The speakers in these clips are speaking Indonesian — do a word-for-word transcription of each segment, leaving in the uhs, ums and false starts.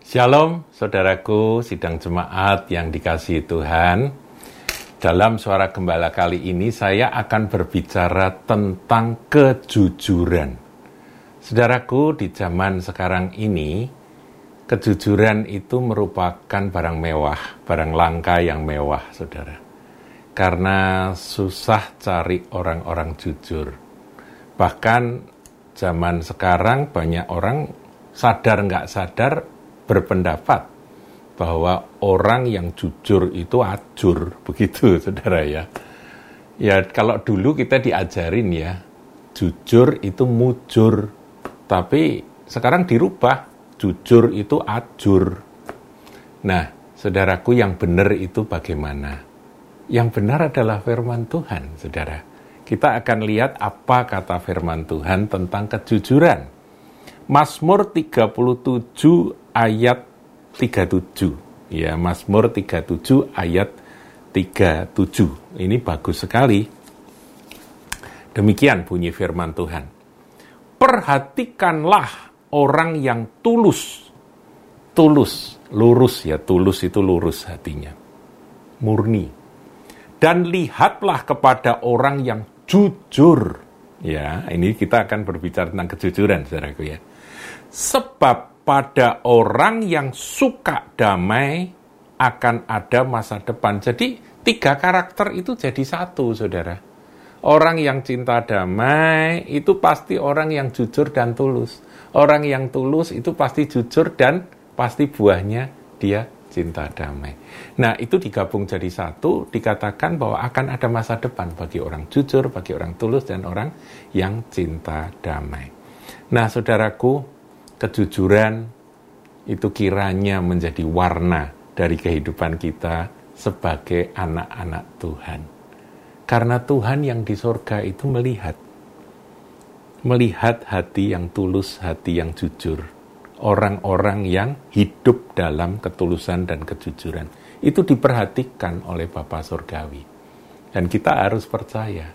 Shalom, saudaraku, sidang jemaat yang dikasihi Tuhan. Dalam Suara Gembala kali ini saya akan berbicara tentang kejujuran. Saudaraku, di zaman sekarang ini, kejujuran itu merupakan barang mewah, barang langka yang mewah, saudara. Karena susah cari orang-orang jujur. Bahkan zaman sekarang banyak orang sadar nggak sadar berpendapat bahwa orang yang jujur itu ajur, begitu saudara ya. Ya kalau dulu kita diajarin ya, jujur itu mujur, tapi sekarang dirubah, jujur itu ajur. Nah, saudaraku, yang benar itu bagaimana? Yang benar adalah firman Tuhan, saudara. Kita akan lihat apa kata firman Tuhan tentang kejujuran. Mazmur tiga puluh tujuh ayat tiga puluh tujuh. Ya, Mazmur tiga puluh tujuh ayat tiga puluh tujuh. Ini bagus sekali. Demikian bunyi firman Tuhan. Perhatikanlah orang yang tulus. Tulus, lurus ya, tulus itu lurus hatinya. Murni. Dan lihatlah kepada orang yang jujur. Ya, ini kita akan berbicara tentang kejujuran, saudaraku ya. Sebab pada orang yang suka damai akan ada masa depan. Jadi tiga karakter itu jadi satu, saudara. Orang yang cinta damai itu pasti orang yang jujur dan tulus. Orang yang tulus itu pasti jujur dan pasti buahnya dia cinta damai. Nah, itu digabung jadi satu, dikatakan bahwa akan ada masa depan bagi orang jujur, bagi orang tulus, dan orang yang cinta damai. Nah, saudaraku, kejujuran itu kiranya menjadi warna dari kehidupan kita sebagai anak-anak Tuhan. Karena Tuhan yang di sorga itu melihat. Melihat hati yang tulus, hati yang jujur. Orang-orang yang hidup dalam ketulusan dan kejujuran. Itu diperhatikan oleh Bapa Surgawi. Dan kita harus percaya.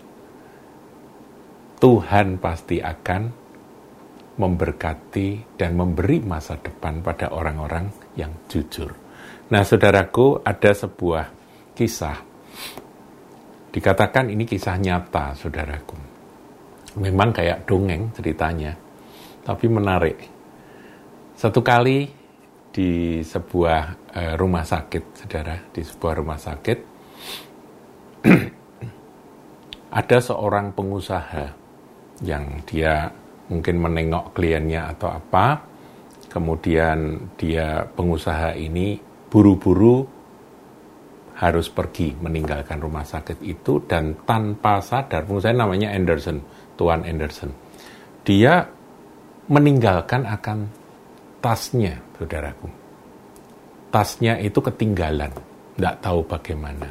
Tuhan pasti akan memberkati dan memberi masa depan pada orang-orang yang jujur. Nah, saudaraku, ada sebuah kisah. Dikatakan ini kisah nyata, saudaraku. Memang kayak dongeng ceritanya, tapi menarik. Satu kali di sebuah uh, rumah sakit, saudara, di sebuah rumah sakit, ada seorang pengusaha yang dia mungkin menengok kliennya atau apa, kemudian dia pengusaha ini buru-buru harus pergi meninggalkan rumah sakit itu, dan tanpa sadar, pengusaha namanya Anderson, Tuan Anderson, dia meninggalkan akan tasnya, saudaraku. Tasnya itu ketinggalan, tidak tahu bagaimana.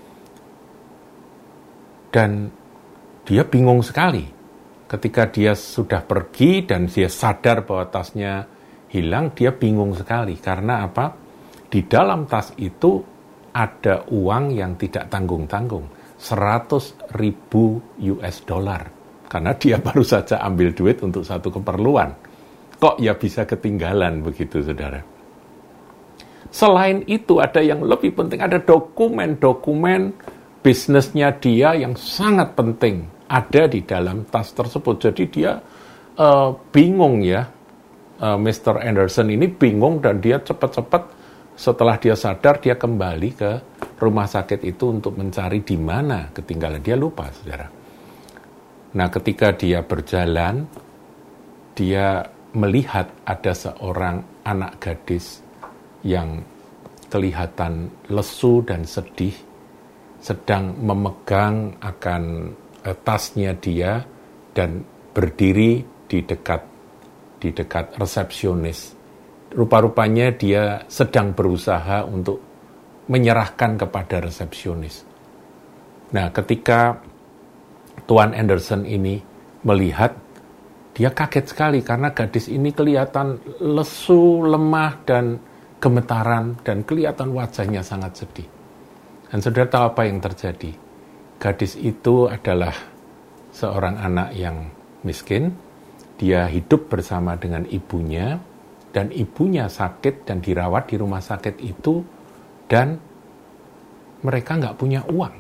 Dan dia bingung sekali. Ketika dia sudah pergi dan dia sadar bahwa tasnya hilang, dia bingung sekali. Karena apa? Di dalam tas itu ada uang yang tidak tanggung-tanggung. seratus ribu U S dollar. Karena dia baru saja ambil duit untuk satu keperluan. Kok ya bisa ketinggalan begitu, saudara? Selain itu ada yang lebih penting. Ada dokumen-dokumen bisnisnya dia yang sangat penting ada di dalam tas tersebut. Jadi dia uh, bingung ya, uh, mister Anderson ini bingung, dan dia cepat-cepat setelah dia sadar, dia kembali ke rumah sakit itu untuk mencari di mana ketinggalan. Dia lupa, saudara. Nah, ketika dia berjalan, dia melihat ada seorang anak gadis yang kelihatan lesu dan sedih, sedang memegang akan tasnya dia dan berdiri di dekat di dekat resepsionis. Rupa-rupanya dia sedang berusaha untuk menyerahkan kepada resepsionis. Nah, ketika Tuan Anderson ini melihat, dia kaget sekali karena gadis ini kelihatan lesu, lemah, dan gemetaran, dan kelihatan wajahnya sangat sedih. Dan saudara tahu apa yang terjadi? Gadis itu adalah seorang anak yang miskin. Dia hidup bersama dengan ibunya, dan ibunya sakit dan dirawat di rumah sakit itu, dan mereka nggak punya uang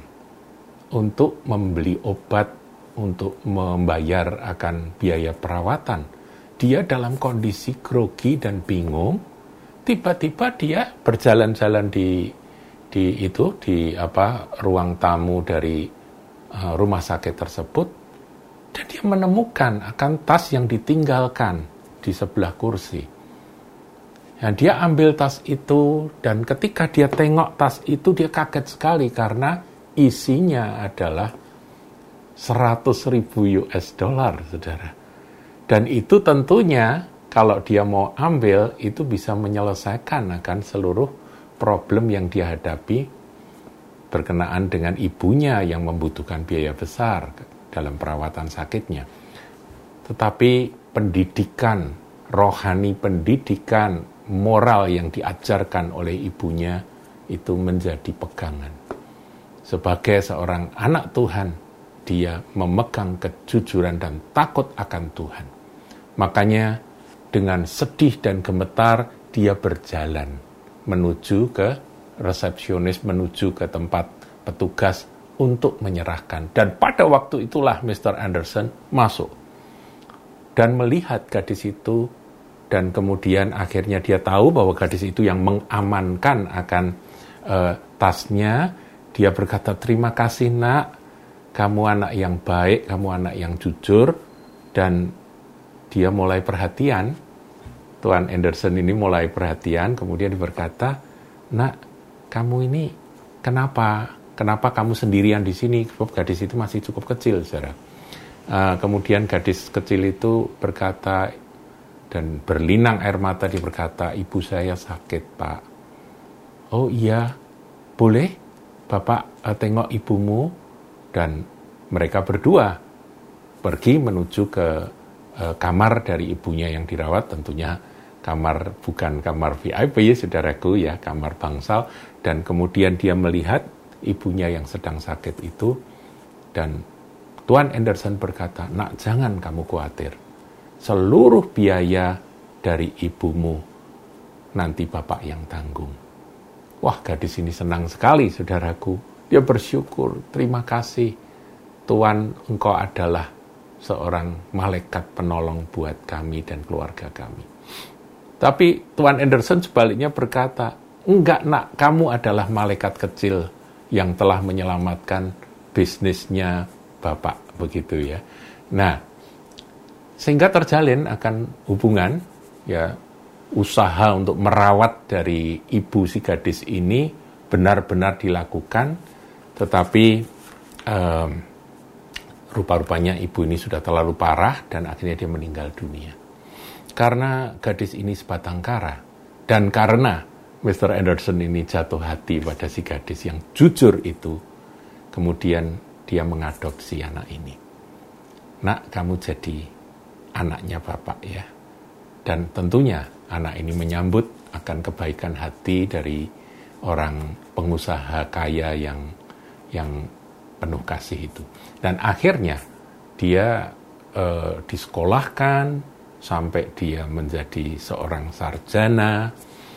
untuk membeli obat, untuk membayar akan biaya perawatan. Dia dalam kondisi grogi dan bingung. Tiba-tiba dia berjalan-jalan di di itu di apa ruang tamu dari uh, rumah sakit tersebut, dan dia menemukan akan tas yang ditinggalkan di sebelah kursi. Nah, dia ambil tas itu, dan ketika dia tengok tas itu, dia kaget sekali karena isinya adalah seratus ribu U S dollar, saudara. Dan itu tentunya kalau dia mau ambil, itu bisa menyelesaikan akan seluruh problem yang dia hadapi berkenaan dengan ibunya yang membutuhkan biaya besar dalam perawatan sakitnya. Tetapi pendidikan, rohani pendidikan, moral yang diajarkan oleh ibunya itu menjadi pegangan. Sebagai seorang anak Tuhan, dia memegang kejujuran dan takut akan Tuhan. Makanya dengan sedih dan gemetar dia berjalan menuju ke resepsionis, menuju ke tempat petugas untuk menyerahkan. Dan pada waktu itulah mister Anderson masuk dan melihat gadis itu, dan kemudian akhirnya dia tahu bahwa gadis itu yang mengamankan akan uh, tasnya. Dia berkata, "Terima kasih nak, kamu anak yang baik, kamu anak yang jujur." Dan dia mulai perhatian, Tuan Anderson ini mulai perhatian, kemudian dia berkata, "Nak, kamu ini kenapa? Kenapa kamu sendirian di sini?" Sebab gadis itu masih cukup kecil, saudara. Uh, kemudian gadis kecil itu berkata, dan berlinang air mata, dia berkata, "Ibu saya sakit, Pak." "Oh iya, boleh Bapak uh, tengok ibumu?" Dan mereka berdua pergi menuju ke uh, kamar dari ibunya yang dirawat, tentunya kamar bukan kamar V I P, saudaraku ya, kamar bangsal. Dan kemudian dia melihat ibunya yang sedang sakit itu, dan Tuan Anderson berkata, "Nak, jangan kamu khawatir. Seluruh biaya dari ibumu nanti Bapak yang tanggung." Wah, gadis ini senang sekali, saudaraku. Dia bersyukur, "Terima kasih, Tuhan, Engkau adalah seorang malaikat penolong buat kami dan keluarga kami." Tapi Tuan Anderson sebaliknya berkata, "Enggak nak, kamu adalah malaikat kecil yang telah menyelamatkan bisnisnya Bapak," begitu ya. Nah, sehingga terjalin akan hubungan, ya, usaha untuk merawat dari ibu si gadis ini benar-benar dilakukan, tetapi um, rupa-rupanya ibu ini sudah terlalu parah dan akhirnya dia meninggal dunia. Karena gadis ini sebatang kara, dan karena mister Anderson ini jatuh hati pada si gadis yang jujur itu, kemudian dia mengadopsi anak ini. "Nak, kamu jadi anaknya Bapak ya." Dan tentunya anak ini menyambut akan kebaikan hati dari orang pengusaha kaya yang yang penuh kasih itu. Dan akhirnya dia eh, disekolahkan sampai dia menjadi seorang sarjana.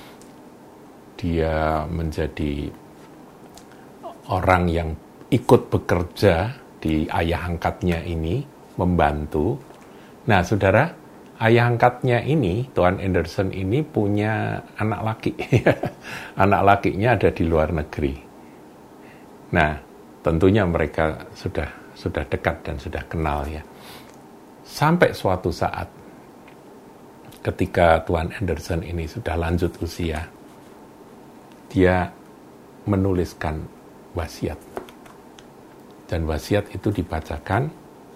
Dia menjadi orang yang ikut bekerja di ayah angkatnya ini, membantu. Nah, saudara, ayah angkatnya ini, Tuan Anderson ini punya anak laki. Anak lakinya ada di luar negeri. Nah, tentunya mereka sudah sudah dekat dan sudah kenal ya. Sampai suatu saat, ketika Tuan Anderson ini sudah lanjut usia, dia menuliskan wasiat. Dan wasiat itu dibacakan,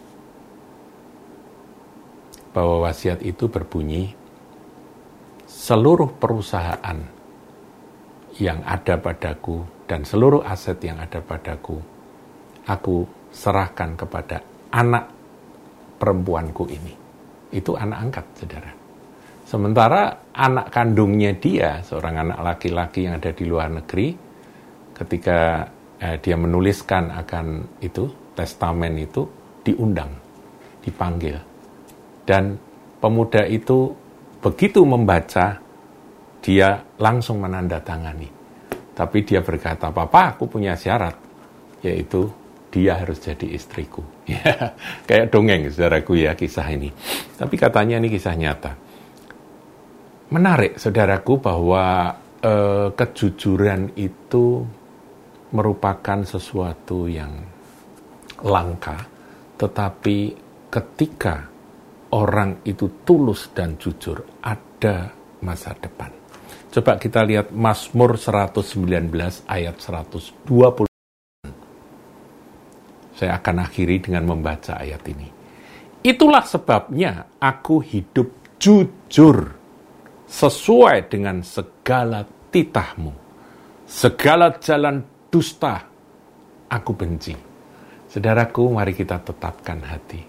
bahwa wasiat itu berbunyi, "Seluruh perusahaan yang ada padaku dan seluruh aset yang ada padaku, aku serahkan kepada anak perempuanku ini." Itu anak angkat, saudara. Sementara anak kandungnya dia, seorang anak laki-laki yang ada di luar negeri, ketika eh, dia menuliskan akan itu, testamen itu, diundang, dipanggil. Dan pemuda itu begitu membaca, dia langsung menandatangani. Tapi dia berkata, "Papa, aku punya syarat, yaitu dia harus jadi istriku." Ya, kayak dongeng, saudaraku ya, kisah ini. Tapi katanya ini kisah nyata. Menarik, saudaraku, bahwa eh, kejujuran itu merupakan sesuatu yang langka, tetapi ketika orang itu tulus dan jujur, ada masa depan. Coba kita lihat Mazmur seratus sembilan belas ayat seratus dua puluh. Saya akan akhiri dengan membaca ayat ini. Itulah sebabnya aku hidup jujur sesuai dengan segala titahmu. Segala jalan dusta aku benci. Saudaraku, mari kita tetapkan hati.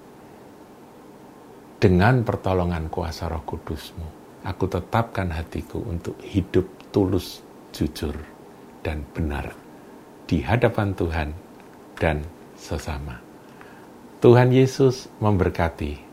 Dengan pertolongan kuasa Roh Kudus-Mu, aku tetapkan hatiku untuk hidup tulus, jujur, dan benar di hadapan Tuhan dan sesama. Tuhan Yesus memberkati